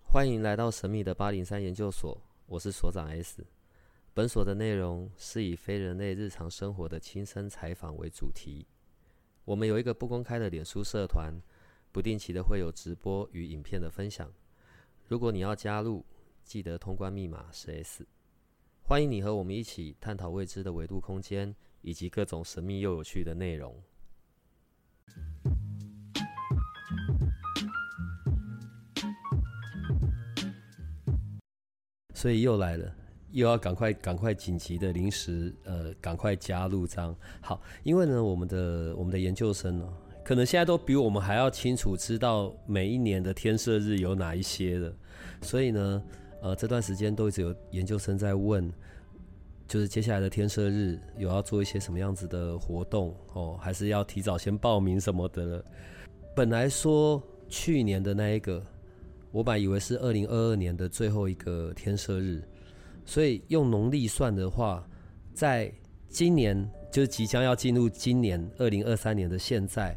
欢迎来到神秘的803研究所，我是所长 S。本所的内容是以非人类日常生活的亲身采访为主题。我们有一个不公开的脸书社团，不定期的会有直播与影片的分享。如果你要加入，记得通关密码是 S。欢迎你和我们一起探讨未知的维度空间，以及各种神秘又有趣的内容。所以又来了，又要赶快紧急的临时赶快加入这样。好，因为呢我们的研究生呢，可能现在都比我们还要清楚知道每一年的天赦日有哪一些了，所以呢这段时间都一直有研究生在问，就是接下来的天赦日有要做一些什么样子的活动哦，还是要提早先报名什么的了。本来说去年的那一个，我本来以为是2022年的最后一个天赦日，所以用农历算的话，在今年就是即将要进入今年2023年的现在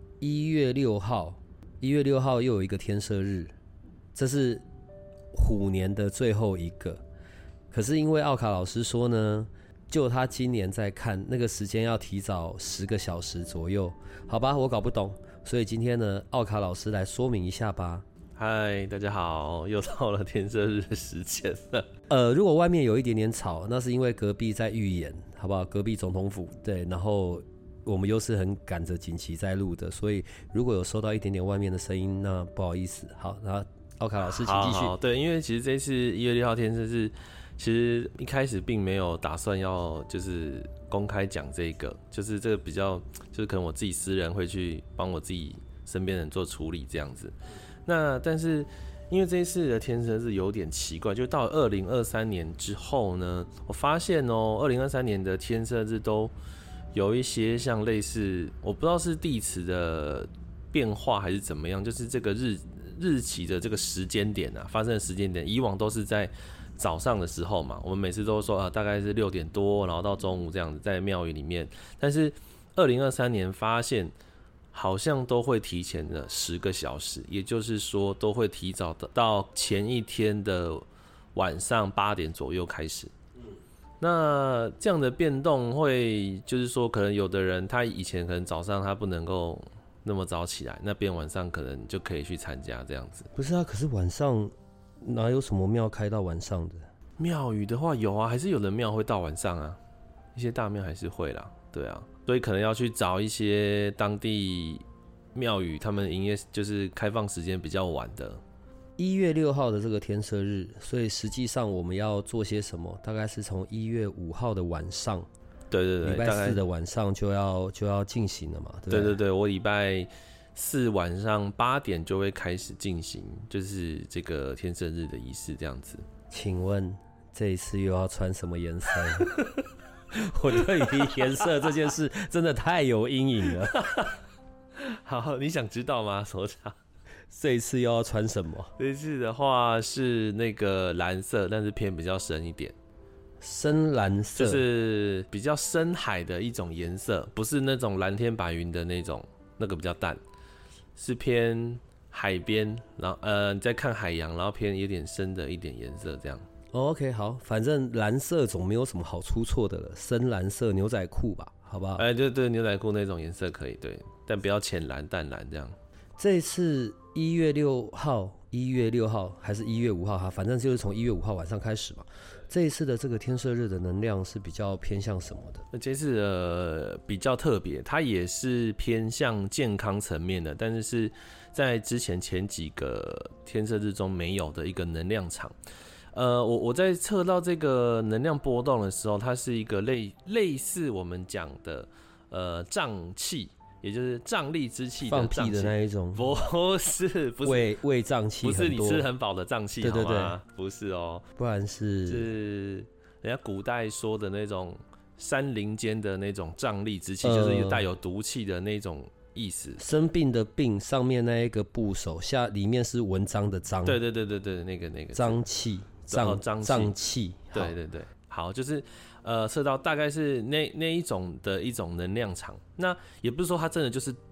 1月6号又有一个天赦日，这是虎年的最后一个。可是因为奥卡老师说呢，就他今年在看那个时间要提早10个小时左右，好吧，我搞不懂，所以今天呢，奥卡老师来说明一下吧。 嗨，大家好，又到了天赦日的时间了。 如果外面有一点点吵，那是因为隔壁在预演，好不好？隔壁总统府，对，然后我们又是很赶着紧急在录的，所以如果有收到一点点外面的声音，那不好意思。好，然后奥卡老师请继续。 好，对，因为其实这次1月6号天赦日，其实一开始并没有打算要就是公开讲这个，就是这个比较就是可能我自己私人会去帮我自己身边人做处理这样子。那但是因为这一次的天赦日有点奇怪，就到了2023年之后呢，我发现2023年的天赦日都有一些像类似，我不知道是地磁的变化还是怎么样，就是这个日期的这个时间点啊，发生的时间点，以往都是在早上的时候嘛，我们每次都说大概是6点多，然后到中午这样子在庙宇里面，但是2023年发现好像都会提前了10个小时，也就是说都会提早到前一天的晚上8点左右开始。那这样的变动会就是说，可能有的人他以前可能早上他不能够那么早起来，那边晚上可能就可以去参加这样子。 不是啊，可是晚上哪有什么庙开到晚上的？ 庙宇的话有啊，还是有的庙会到晚上啊，一些大庙还是会啦，对啊，所以可能要去找一些当地庙宇，他们营业就是开放时间比较晚的。 1月6号的这个天赦日，所以实际上我们要做些什么？大概是从1月5号的晚上， 对对对， 礼拜4的晚上就要进行了嘛，对不对？ 对对对，我礼拜4晚上8点就会开始进行，就是这个天赦日的仪式这样子。 请问这一次又要穿什么颜色？我对于颜色这件事真的太有阴影了。 好，你想知道吗，所长？ 这一次又要穿什么？ 这一次的话是那个蓝色，但是偏比较深一点。 深蓝色就是比较深海的一种颜色，不是那种蓝天白云的那种，那个比较淡，是偏海边，然后你在看海洋，然后偏有点深的一点颜色这样。 OK， 好，反正蓝色总没有什么好出错的了，深蓝色牛仔裤吧，好不好？ 对，牛仔裤那种颜色可以，对，但不要浅蓝、淡蓝这样。 这一次1月6号还是1月5号哈，反正就是从1月5号晚上开始嘛。这一次的这个天赦日的能量是比较偏向什么的？ 那这次比较特别，它也是偏向健康层面的，但是在之前几个天赦日中没有的一个能量场。我在测到这个能量波动的时候，它是一个类似我们讲的胀气。也就是瘴疠之气的放屁的那一种， 不是胃胀气， 不是你吃很饱的胀气， 对对对， 不是哦， 不然是人家古代说的那种山林间的那种瘴疠之气，就是带有毒气的那种意思。 生病的病上面那一个部首下里面是文章的章， 对，那个瘴气，瘴气， 对，好，就是测到大概是那一种的一种能量场。那也不是说它真的就是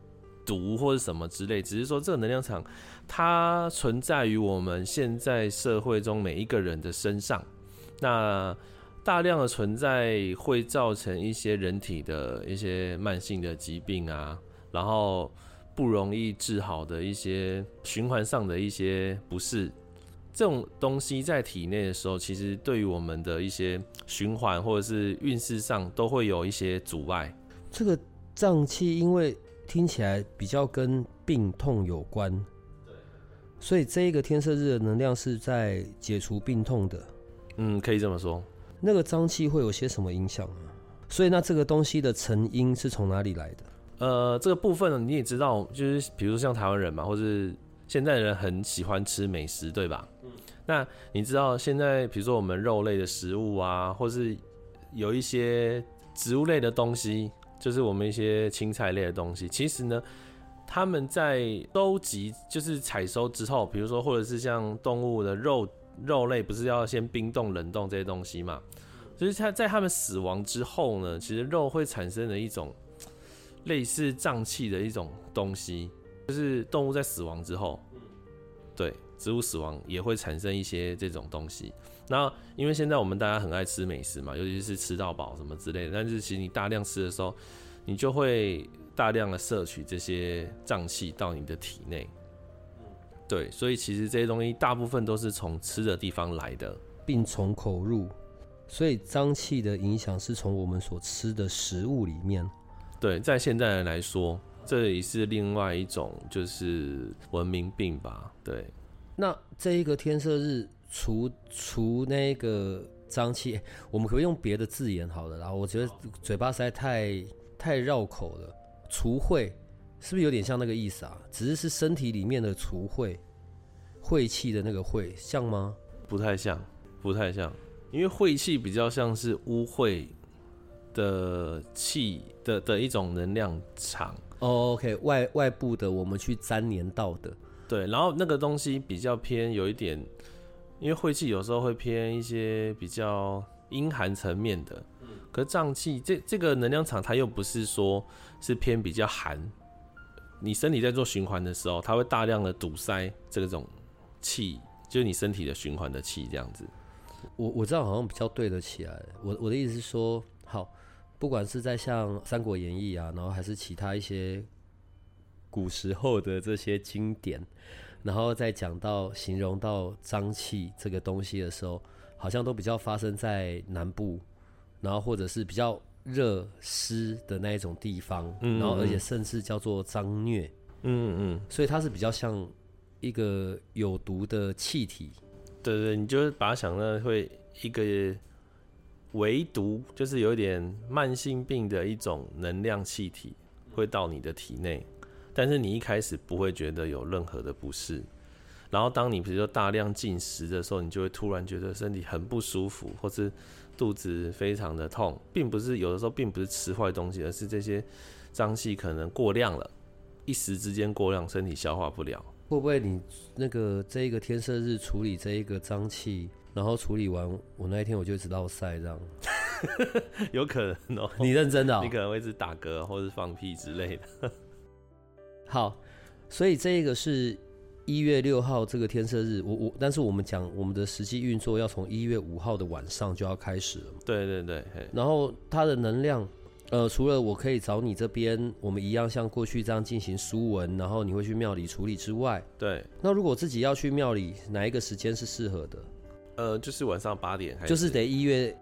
毒或者什么之类，只是说这个能量场它存在于我们现在社会中每一个人的身上，那大量的存在会造成一些人体的一些慢性的疾病啊，然后不容易治好的一些循环上的一些不适，这种东西在体内的时候，其实对于我们的一些循环或者是运势上都会有一些阻碍。 这个脏器因为听起来比较跟病痛有关，所以这一个天赦日的能量是在解除病痛的。 可以这么说。 那个脏器会有些什么影响啊？所以那这个东西的成因是从哪里来的？ 这个部分呢，你也知道，就是比如说像台湾人嘛，或是现在的人很喜欢吃美食，对吧？那你知道现在比如说我们肉类的食物啊，或是有一些植物类的东西，就是我们一些青菜类的东西，其实呢，他们在收集就是采收之后，比如说或者是像动物的肉类，不是要先冰冻、冷冻这些东西嘛？就是在他们死亡之后呢，其实肉会产生的一种类似脏器的一种东西，就是动物在死亡之后，对，植物死亡也会产生一些这种东西。那因为现在我们大家很爱吃美食嘛，尤其是吃到饱什么之类的，但是其实你大量吃的时候，你就会大量的摄取这些脏器到你的体内。对，所以其实这些东西大部分都是从吃的地方来的， 病从口入，所以脏器的影响是从我们所吃的食物里面。 对，在现代人来说，这也是另外一种就是文明病吧。对， 那这一个天赦日除那个脏器，我们可不可以用别的字眼好了？然后我觉得嘴巴实在太绕口了。除秽是不是有点像那个意思啊？只是身体里面的除秽，晦气的那个晦，像吗？ 不太像，不太像，因为晦气比较像是污秽的气的一种能量场。 OK， 外部的我们去沾黏到的。 对，然后那个东西比较偏有一点，因为晦气有时候会偏一些比较阴寒层面的，可是脏器这个能量场它又不是说是偏比较寒，你身体在做循环的时候，它会大量的堵塞这种气，就是你身体的循环的气这样子。 我这样好像比较对得起来。我的意思是说，好，不管是在像《三国演义》啊，然后还是其他一些古时候的这些经典，然后再讲到形容到脏气这个东西的时候，好像都比较发生在南部，然后或者是比较热湿的那一种地方，然后而且甚至叫做脏疟，所以它是比较像一个有毒的气体。 对对，你就是把它想到会一个唯毒，就是有点慢性病的一种能量气体会到你的体内，但是你一开始不会觉得有任何的不适，然后当你比如说大量进食的时候，你就会突然觉得身体很不舒服，或是肚子非常的痛，并不是有的时候并不是吃坏东西，而是这些脏器可能过量了，一时之间过量，身体消化不了。 会不会你那个这一个天赦日处理这一个脏气，然后处理完，我那一天我就一直落晒这样？ 有可能哦。 你认真的哦？ 你可能会一直打嗝或是放屁之类的。 好，所以这个是1月6号这个天赦日，但是我们讲我们的实际运作要从1月5号的晚上就要开始了。 对对对， 然后它的能量。除了我可以找你这边，我们一样像过去这样进行书文，然后你会去庙里处理之外， 对。 那如果自己要去庙里，哪一个时间是适合的？ 就是晚上8点， 就是得1月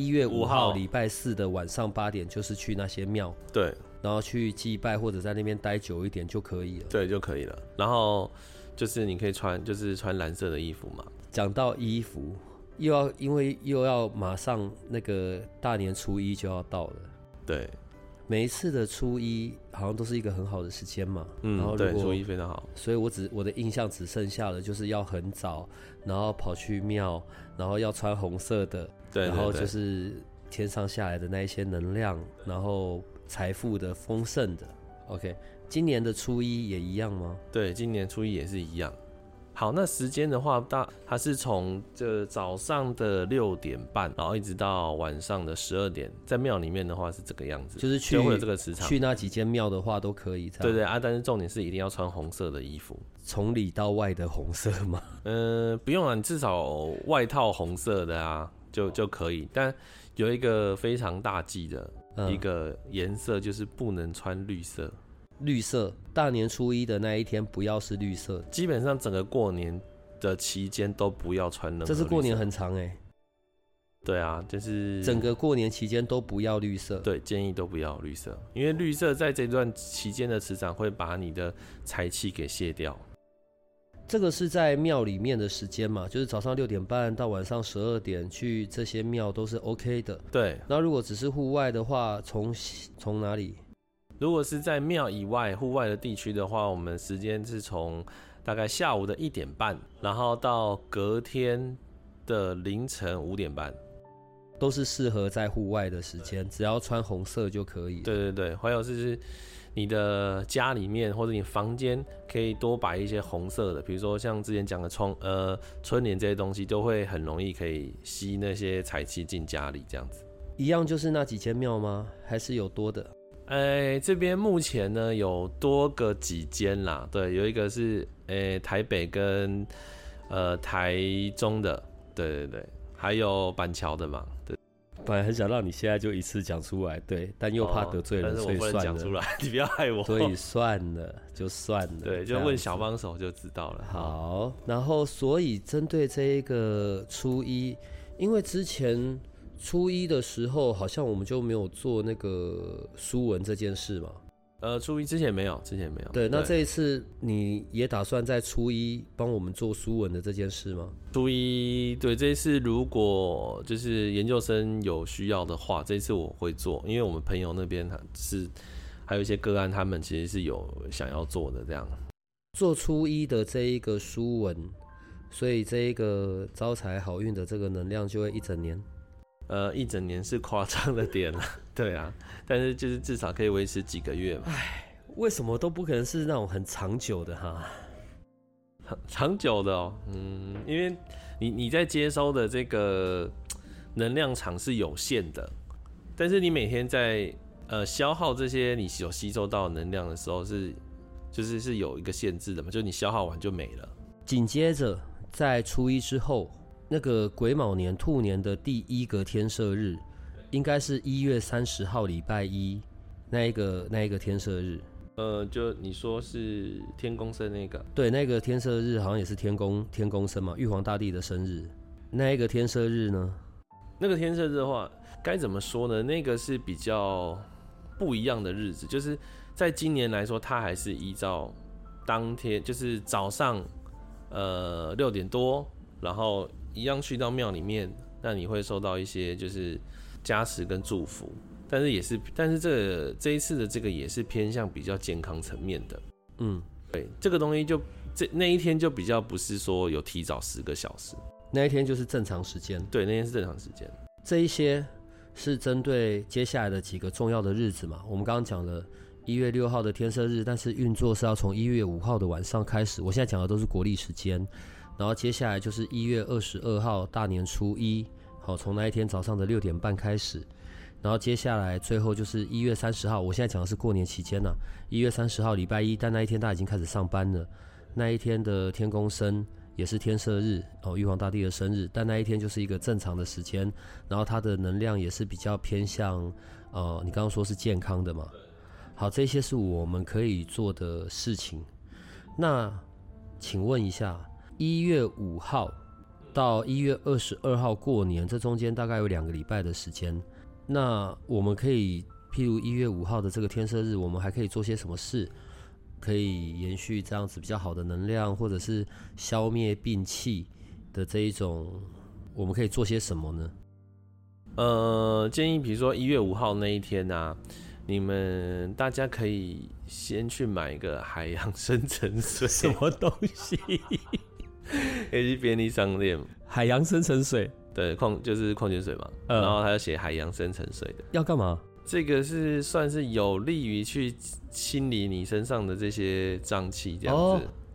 5号礼拜4的晚上8点，就是去那些庙， 对， 然后去祭拜或者在那边待久一点就可以了。 对，就可以了。然后就是你可以就是穿蓝色的衣服嘛。 讲到衣服，因为又要马上那个大年初一就要到了。 对， 每一次的初一好像都是一个很好的时间嘛。然后对，初一非常好。 所以我的印象只剩下了就是要很早，然后跑去庙，然后要穿红色的， 对， 然后就是天上下来的那一些能量，然后财富的丰盛的。OK， 今年的初一也一样吗？ 对，今年初一也是一样。 好，那时间的话，它是从这早上的6点半，然后一直到晚上的12点，在庙里面的话是这个样子， 就是去会有这个磁场。 去那几间庙的话都可以， 对啊，但是重点是一定要穿红色的衣服， 从里到外的红色吗？ 不用啊，你至少外套红色的啊，就可以。但有一个非常大忌的一个颜色，就是不能穿绿色。 绿色，大年初一的那一天不要是绿色， 基本上整个过年的期间都不要穿任何绿色。 这次过年很长对啊，就是整个过年期间都不要绿色。 对，建议都不要绿色，因为绿色在这段期间的磁场会把你的财气给卸掉。 这个是在庙里面的时间嘛，就是早上6点半到晚上12点去这些庙都是 OK 的。 对， 那如果只是户外的话，从哪里？ 如果是在庙以外、户外的地区的话，我们时间是从大概下午的1点半，然后到隔天的凌晨5点半， 都是适合在户外的时间，只要穿红色就可以。 对对对，还有是你的家里面或者你房间可以多摆一些红色的，比如说像之前讲的春联这些东西，都会很容易可以吸那些财气进家里，这样子。 一样就是那几间庙吗？还是有多的？ 这边目前呢有多个几间啦，对，有一个是台北跟台中的，对对对，还有板桥的嘛，对。 本来很想让你现在就一次讲出来，对，但又怕得罪人， 但是我不能讲出来，你不要害我。 所以算了，就算了。 对，就问小帮手就知道了。 好，然后所以针对这一个初一，因为之前初一的时候好像我们就没有做那个书文这件事嘛。 初一之前没有， 对，那这一次你也打算在初一帮我们做书文的这件事吗？ 初一，对，这一次如果就是研究生有需要的话，这一次我会做，因为我们朋友那边还有一些个案，他们其实是有想要做的这样。 做初一的这一个书文，所以这一个招财好运的这个能量就会一整年。 一整年是夸张的点了，对啊，但是就是至少可以维持几个月嘛。 为什么都不可能是那种很长久的哈？ 长久的哦，因为你在接收的这个能量场是有限的，但是你每天在消耗这些你有吸收到的能量的时候是有一个限制的嘛，就是你消耗完就没了。 紧接着在初一之后。那个癸卯年兔年的第一个天赦日，应该是1月30号礼拜一那一个天赦日。 就你说是天公生那个？ 对，那个天赦日好像也是天公生嘛，玉皇大帝的生日。那一个天赦日呢？ 那个天赦日的话，该怎么说呢？那个是比较不一样的日子，就是在今年来说，它还是依照当天，就是早上6点多，然后一样去到庙里面，那你会受到一些就是加持跟祝福，但是这一次的这个也是偏向比较健康层面的，对，这个东西那一天就比较不是说有提早10个小时， 那一天就是正常时间， 对，那天是正常时间。 这一些是针对接下来的几个重要的日子嘛，我们刚刚讲了1月6号的天赦日，但是运作是要从1月5号的晚上开始，我现在讲的都是国历时间。然后接下来就是1月22号大年初一，好，从那一天早上的6点半开始，然后接下来最后就是1月30号，我现在讲的是过年期间啊，1月30号礼拜一，但那一天大家已经开始上班了，那一天的天公生也是天赦日哦，玉皇大帝的生日，但那一天就是一个正常的时间，然后它的能量也是比较偏向你刚刚说是健康的嘛，好，这些是我们可以做的事情。那请问一下，1月5号到1月22号过年，这中间大概有2个礼拜的时间。那我们可以，譬如1月5号的这个天赦日，我们还可以做些什么事，可以延续这样子比较好的能量，或者是消灭病气的这一种，我们可以做些什么呢？ 建议比如说1月5号那一天啊，你们大家可以先去买一个海洋深层水。 什么东西？ 可以去便利商店。 海洋深层水？ 对，就是矿泉水嘛。然后还要写海洋深层水的。 要干嘛？ 这个是算是有利于去清理你身上的这些脏气，这样子。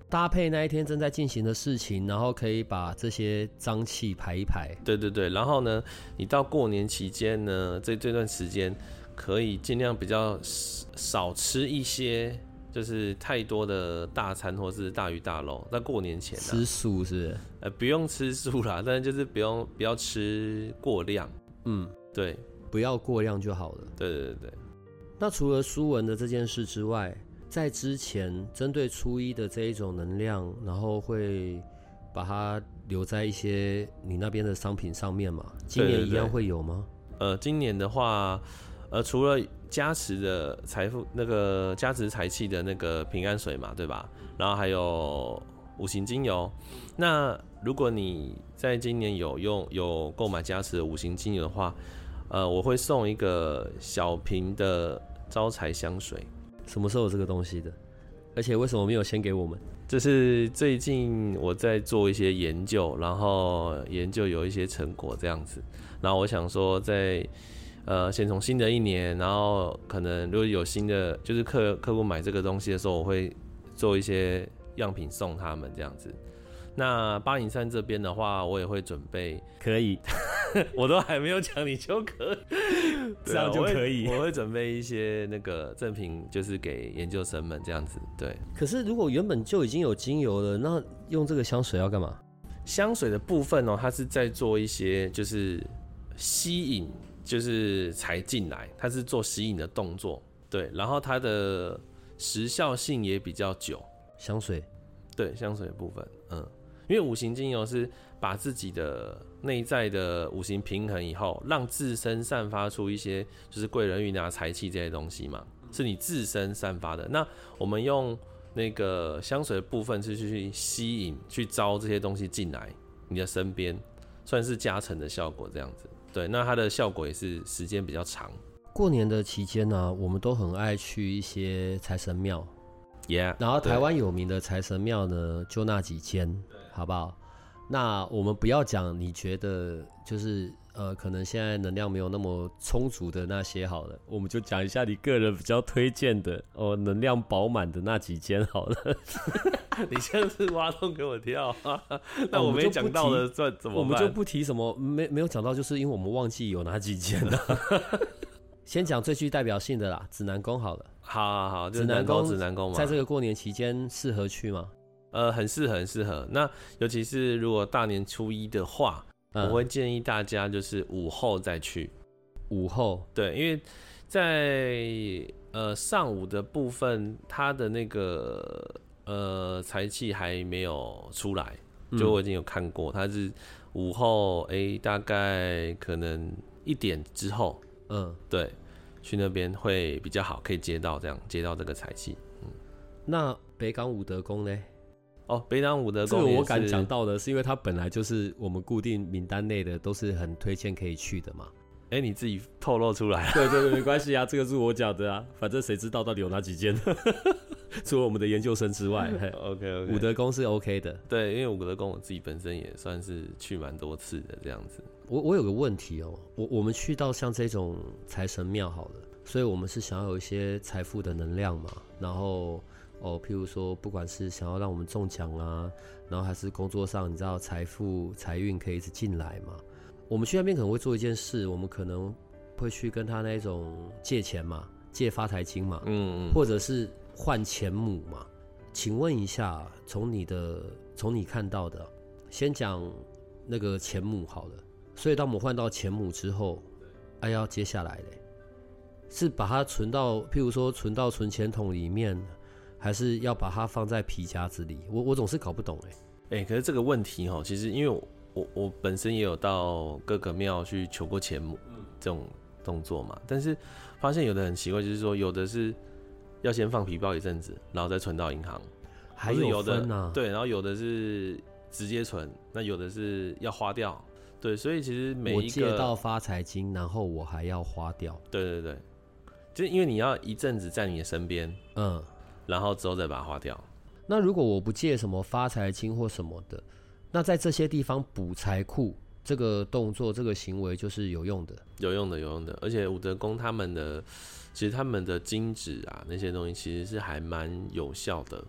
搭配那一天正在进行的事情，然后可以把这些脏气排一排。 对对对，然后呢，你到过年期间呢，这段时间可以尽量比较少吃一些，就是太多的大餐或是大鱼大肉。在过年前吃素是不是？ 不用吃素啦，但是就是不要吃过量。对， 不要过量就好了。 对对对对。 那除了书文的这件事之外，在之前针对初一的这一种能量，然后会把它留在一些你那边的商品上面嘛？今年一样会有吗？ 今年的话，除了加持的财富那个加持财气的那个平安水嘛，对吧？然后还有五行精油。那如果你在今年有购买加持的五行精油的话，我会送一个小瓶的招财香水。 什么时候有这个东西的？而且为什么没有先给我们？ 这是最近我在做一些研究，然后研究有一些成果这样子。然后我想说在，先从新的一年，然后可能如果有新的，就是客户买这个东西的时候，我会做一些样品送他们这样子。那803这边的话，我也会准备， 可以， 我都还没有讲你就可以， 这样就可以。 我会准备一些那个赠品，就是给研究生们这样子。对。 可是如果原本就已经有精油了，那用这个香水要干嘛？ 香水的部分它是在做一些就是吸引，就是财进来，它是做吸引的动作。对，然后它的时效性也比较久。 香水， 对，香水的部分，因为五行精油是把自己的内在的五行平衡以后，让自身散发出一些就是贵人运啊、财气这些东西嘛，是你自身散发的。那我们用那个香水的部分是去吸引、去招这些东西进来你的身边，算是加成的效果这样子。对，那它的效果也是时间比较长。 过年的期间呢，我们都很爱去一些财神庙。 Yeah, 然后台湾有名的财神庙呢，就那几间，好不好？那我们不要讲你觉得就是可能现在能量没有那么充足的那些好了，我们就讲一下你个人比较推荐的能量饱满的那几间好了。 你这样是挖洞给我跳啊！那我没讲到的算怎么办？ 我们就不提什么没有讲到，就是因为我们忘记有哪几间了。先讲最具代表性的啦，指南宫好了。 好， 指南宫嘛，在这个过年期间适合去吗？ 很适合。那尤其是如果大年初一的话，我会建议大家就是午后再去。 午后， 对，因为在上午的部分，它的那个财气还没有出来，就我已经有看过，它是午后大概可能1点之后。对，去那边会比较好，可以接到这个财气。 那北港武德宫呢？ 北港武德宫， 这个我敢讲到的是因为它本来就是我们固定名单内的，都是很推荐可以去的嘛。 你自己透露出来了。 对，没关系啊，这个是我讲的啊，反正谁知道到底有哪几间？除了我们的研究生之外 ，OK， 武德宫是 OK 的。 对，因为武德宫我自己本身也算是去蛮多次的这样子。 我有个问题我们去到像这种财神庙好了，所以我们是想要有一些财富的能量嘛，然后譬如说不管是想要让我们中奖啊，然后还是工作上你知道财富财运可以一直进来嘛，我们去那边可能会做一件事，我们可能会去跟他那种借钱嘛，借发财金嘛，或者是换钱母嘛。请问一下，从你看到的，先讲那个钱母好了。所以当我们换到钱母之后，要接下来嘞，是把它存到，譬如说存到存钱筒里面，还是要把它放在皮夹子里？我总是搞不懂可是这个问题其实因为我本身也有到各个庙去求过钱母这种动作嘛，但是发现有的很奇怪，就是说有的是要先放皮包一阵子，然后再存到银行， 还有分啊？对，然后有的是直接存，那有的是要花掉。对，所以其实每一个我借到发财金，然后我还要花掉。 对，就是因为你要一阵子在你的身边，然后之后再把它花掉。 那如果我不借什么发财金或什么的，那在这些地方补财库这个动作、这个行为就是有用的。 有用的，而且武德宫其实他们的金纸啊那些东西其实是还蛮有效的。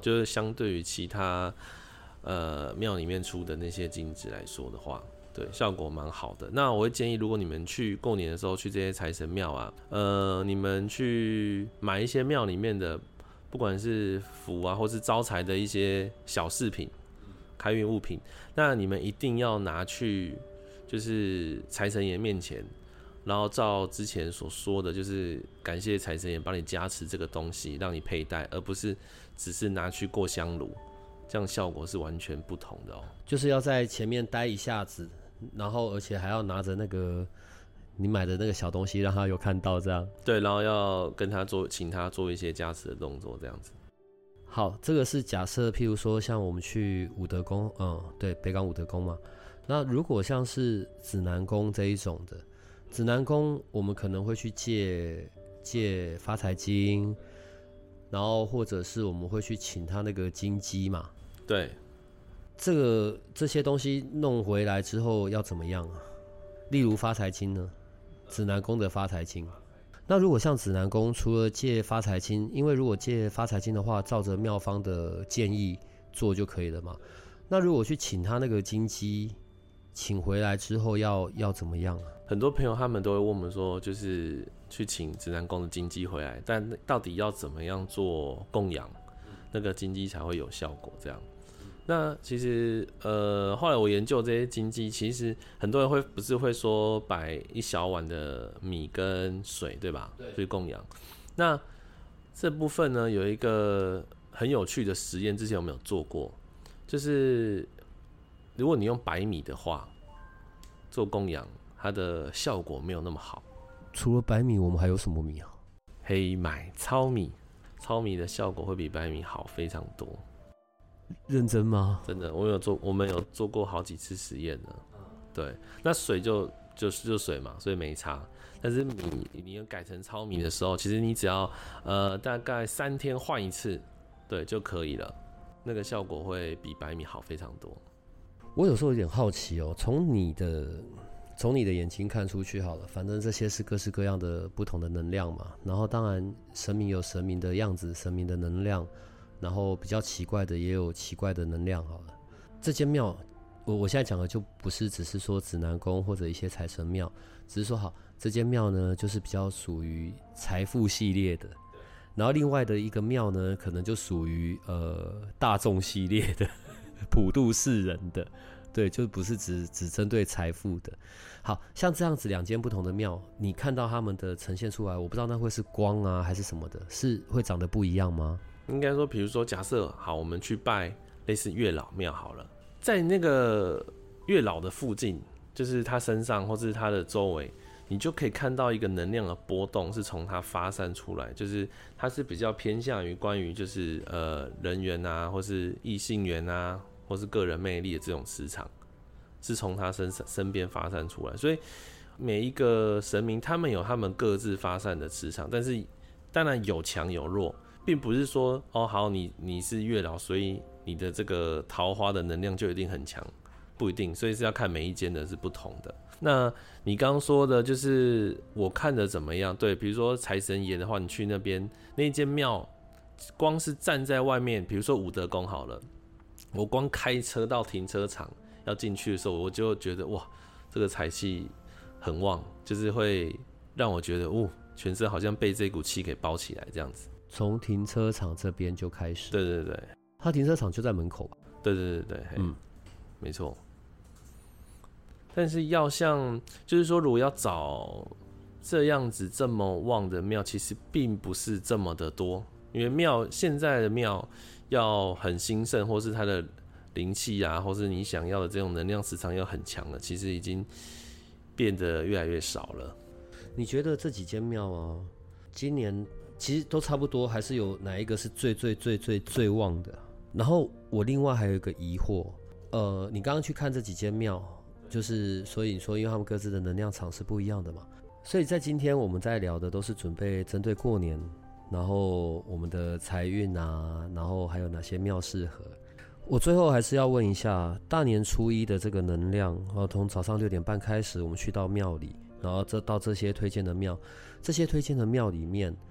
就是相对于其他庙里面出的那些金纸来说的话，对，效果蛮好的。那我会建议，如果你们去过年的时候去这些财神庙啊，你们去买一些庙里面的，不管是符啊，或是招财的一些小饰品、开运物品，那你们一定要拿去就是财神爷面前，然后照之前所说的，就是感谢财神爷帮你加持这个东西，让你佩戴，而不是只是拿去过香炉，这样效果是完全不同的哦。 就是要在前面待一下子，然后而且还要拿着那个你买的那个小东西，让他有看到这样。 对，然后要跟他请他做一些加持的动作，这样子。 好，这个是假设，譬如说像我们去武德宫，对，北港武德宫嘛。那如果像是指南宫这一种的，指南宫我们可能会去借发财金，然后或者是我们会去请他那个金鸡嘛。 对， 这些东西弄回来之后要怎么样啊？例如发财金呢，指南宫的发财金。那如果像指南宫，除了借发财金，因为如果借发财金的话，照着庙方的建议做就可以了嘛。那如果去请他那个金鸡，请回来之后要怎么样啊？ 很多朋友他们都会问我们说，就是去请指南宫的金鸡回来，但到底要怎么样做供养，那个金鸡才会有效果？这样。那其实后来我研究这些金鸡，其实很多人不是会说摆一小碗的米跟水，对吧？对，去供养。那这部分呢，有一个很有趣的实验，之前我们有做过，就是如果你用白米的话做供养，它的效果没有那么好。 除了白米，我们还有什么米啊？ 黑米、糙米，糙米的效果会比白米好非常多。 认真吗？ 真的，我们有做过好几次实验了。对，那水就水嘛，所以没差。但是你改成糙米的时候，其实你只要大概3天换一次，对就可以了。那个效果会比白米好非常多。 我有时候有点好奇哦，从你的眼睛看出去好了，反正这些是各式各样的不同的能量嘛。然后当然神明有神明的样子，神明的能量。然后比较奇怪的也有奇怪的能量好了。这间庙，我现在讲的就不是只是说指南宫或者一些财神庙，只是说好这间庙呢，就是比较属于财富系列的。然后另外的一个庙呢，可能就属于大众系列的，普度世人的。对，就不是只针对财富的。好像这样子2间不同的庙，你看到他们的呈现出来，我不知道那会是光啊还是什么的，是会长得不一样吗？ 应该说，比如说，假设好，我们去拜类似月老庙好了，在那个月老的附近，就是他身上或是他的周围，你就可以看到一个能量的波动是从他发散出来，就是它是比较偏向于关于就是人缘啊，或是异性缘啊，或是个人魅力的这种磁场，是从他身边发散出来。所以每一个神明他们有他们各自发散的磁场，但是当然有强有弱。并不是说哦好，你是月老，所以你的这个桃花的能量就一定很强，不一定，所以是要看每一间的是不同的。那你刚刚说的就是我看的怎么样？对，比如说财神爷的话，你去那边那间庙，光是站在外面，比如说武德宫好了，我光开车到停车场要进去的时候，我就觉得哇，这个财气很旺，就是会让我觉得全身好像被这股气给包起来这样子。 从停车场这边就开始。 对对对， 他停车场就在门口吧？ 对对对对，没错。但是要像，就是说，如果要找这样子这么旺的庙，其实并不是这么的多，因为现在的庙要很兴盛，或是它的灵气啊，或是你想要的这种能量磁场要很强了，其实已经变得越来越少了。 你觉得这几间庙啊，今年其实都差不多，还是有哪一个是最旺的？然后我另外还有一个疑惑，你刚刚去看这几间庙，就是所以说，因为他们各自的能量场是不一样的嘛，所以在今天我们在聊的都是准备针对过年，然后我们的财运啊，然后还有哪些庙适合。我最后还是要问一下，大年初一的这个能量，从早上6点半开始，我们去到庙里，然后到这些推荐的庙，这些推荐的庙里面，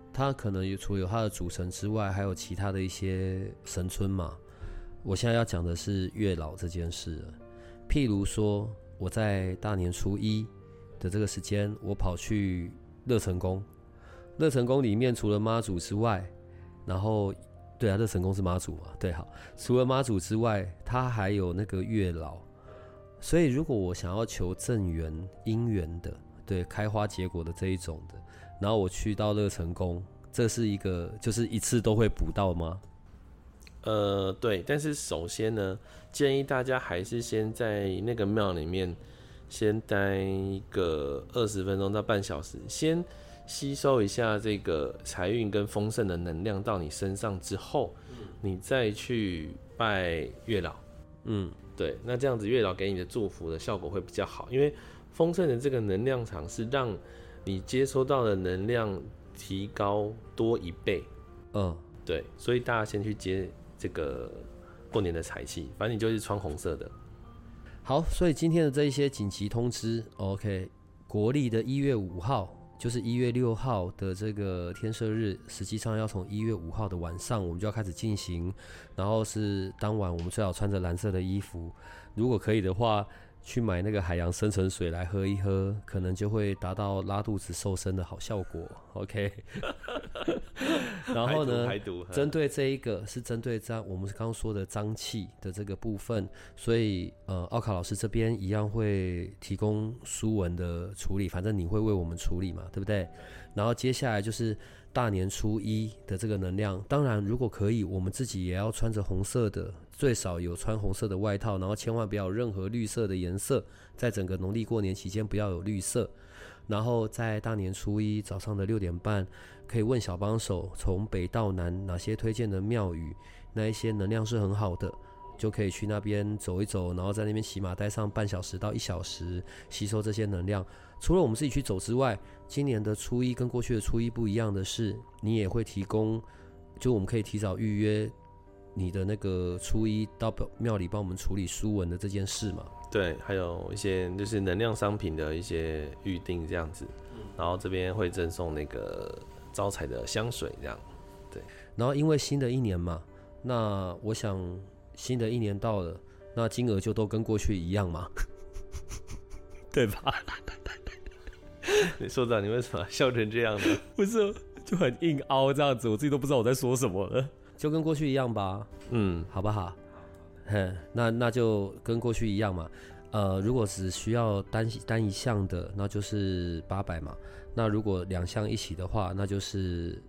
它可能除了有它的主神之外，还有其他的一些神村嘛。我现在要讲的是月老这件事了。譬如说，我在大年初一的这个时间，我跑去乐成宫。乐成宫里面除了妈祖之外，然后对啊，乐成宫是妈祖嘛，对，好，除了妈祖之外，它还有那个月老。所以如果我想要求正缘、姻缘的，对，开花结果的这一种的，然后我去到乐成宫，这是一个就是一次都会补到吗？ 对，但是首先呢，建议大家还是先在那个庙里面先待个20分钟到半小时，先吸收一下这个财运跟丰盛的能量到你身上之后，你再去拜月老。对，那这样子月老给你的祝福的效果会比较好，因为丰盛的这个能量场是让你接收到的能量提高多1倍。对，所以大家先去接这个过年的财气，反正你就是穿红色的。 好，所以今天的这一些紧急通知 ，OK， 国历的1月5号。就是1月6号的这个天赦日，实际上要从1月5号的晚上，我们就要开始进行。然后是当晚，我们最好穿着蓝色的衣服，如果可以的话，去买那个海洋深层水来喝一喝，可能就会达到拉肚子瘦身的好效果。OK， 然后呢，针对这一个是针对我们刚刚说的脏气的这个部分，所以奥卡老师这边一样会提供书文的处理，反正你会为我们处理嘛，对不对？然后接下来就是大年初一的这个能量，当然如果可以，我们自己也要穿着红色的，最少有穿红色的外套，然后千万不要有任何绿色的颜色，在整个农历过年期间不要有绿色。然后在大年初一早上的6点半，可以问小帮手从北到南哪些推荐的庙宇，那一些能量是很好的，就可以去那边走一走，然后在那边骑马待上半小时到1小时，吸收这些能量。除了我们自己去走之外，今年的初一跟过去的初一不一样的是，你也会提供，就我们可以提早预约你的那个初一到庙里帮我们处理书文的这件事嘛。 对，还有一些就是能量商品的一些预定这样子，然后这边会赠送那个招财的香水这样。对， 然后因为新的一年嘛，那我想新的一年到了，那金额就都跟过去一样嘛，对吧？ 你说到你为什么笑成这样呢？ 不是，就很硬凹这样子，我自己都不知道我在说什么了，就跟过去一样吧，好不好？那就跟过去一样嘛。如果只需要单一项的，那就是800嘛。那如果2项一起的话，那就是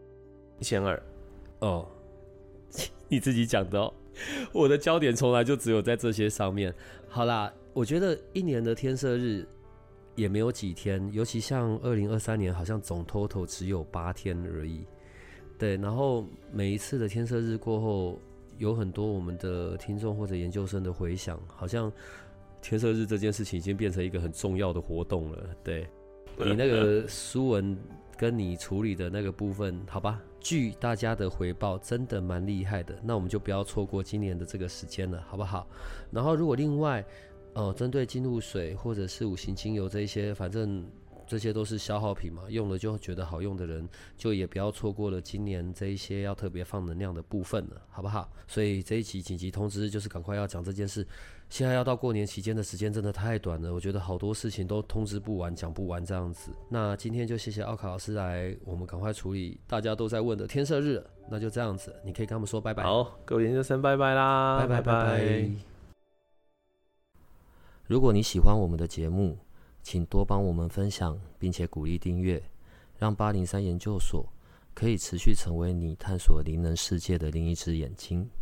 1200。 哦，你自己讲的哦。我的焦点从来就只有在这些上面。好啦，我觉得一年的天赦日也没有几天，尤其像2023年，好像总 total 只有8天而已。对，然后每一次的天赦日过后，有很多我们的听众或者研究生的回响，好像天赦日这件事情已经变成一个很重要的活动了。对，你那个书文跟你处理的那个部分，好吧，据大家的回报，真的蛮厉害的。那我们就不要错过今年的这个时间了，好不好？然后如果另外，针对金露水或者是5行精油这一些，反正这些都是消耗品嘛，用了就觉得好用的人，就也不要错过了今年这一些要特别放能量的部分了，好不好？所以这一集紧急通知就是赶快要讲这件事。现在要到过年期间的时间真的太短了，我觉得好多事情都通知不完、讲不完这样子。那今天就谢谢奥卡老师来，我们赶快处理大家都在问的天赦日了。那就这样子，你可以跟他们说拜拜。 好，各位研究生拜拜啦， 拜拜拜拜。如果你喜欢我们的节目，请多帮我们分享，并且鼓励订阅，让803研究所可以持续成为你探索灵能世界的另一只眼睛。